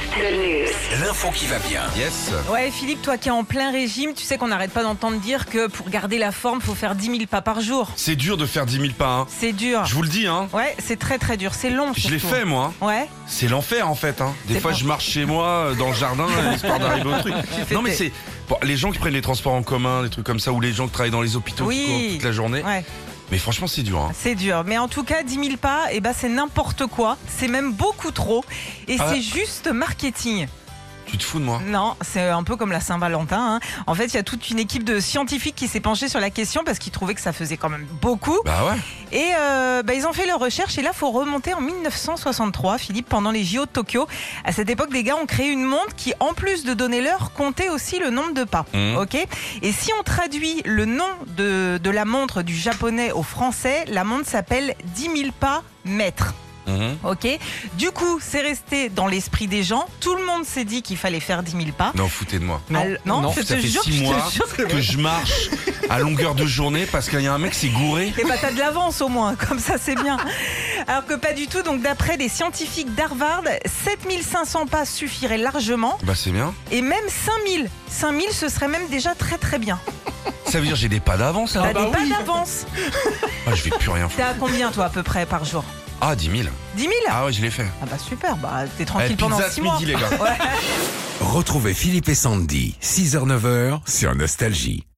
Good news. L'info qui va bien. Yes. Ouais, Philippe, toi qui es en plein régime, tu sais qu'on n'arrête pas d'entendre dire que pour garder la forme, faut faire 10 000 pas par jour. C'est dur de faire 10 000 pas. Hein. C'est dur. Je vous le dis, hein. Ouais, c'est très très dur. C'est long. Je l'ai surtout. fait, moi. Ouais. C'est l'enfer, en fait. Hein. Des C'est fois, bon. je marche chez moi, dans le jardin, histoire d'arriver au truc. fais Non, mais tes- c'est... Bon, les gens qui prennent les transports en commun, des trucs comme ça, ou les gens qui travaillent dans les hôpitaux qui courent toute la journée. Ouais. Mais franchement, c'est dur. Hein. C'est dur. Mais en tout cas, 10 000 pas, eh ben, c'est n'importe quoi. C'est même beaucoup trop. Et Ah. c'est juste marketing. Tu te fous de moi? Non, c'est un peu comme la Saint-Valentin. Hein. En fait, il y a toute une équipe de scientifiques qui s'est penchée sur la question parce qu'ils trouvaient que ça faisait quand même beaucoup. Bah ouais. Et ils ont fait leur recherche. Et là, il faut remonter en 1963, Philippe, pendant les JO de Tokyo. À cette époque, des gars ont créé une montre qui, en plus de donner l'heure, comptait aussi le nombre de pas. Ok. Et si on traduit le nom de la montre du japonais au français, la montre s'appelle 10 000 pas mètres. Ok. Du coup, c'est resté dans l'esprit des gens. Tout le monde s'est dit qu'il fallait faire 10 000 pas. Non, foutez de moi. Non, je Ça te fait jure, 6 je te mois jure que je marche à longueur de journée parce qu'il y a un mec qui s'est gouré. Et bah t'as de l'avance au moins, comme ça c'est bien. Alors que pas du tout, donc d'après les scientifiques d'Harvard, 7500 pas suffiraient largement. Bah c'est bien. Et même 5000. 5000 ce serait même déjà très très bien. Ça veut dire que j'ai des pas d'avance T'as alors. des pas d'avance. Ah, je vais plus rien T'es faire. à combien toi à peu près par jour? Ah, 10 000. 10 000? Ah ouais, je l'ai fait. Ah bah super, bah t'es tranquille pendant Pizza 6 ce mois. midi, les gars. Ouais. Retrouvez Philippe et Sandy, 6h-9h sur Nostalgie.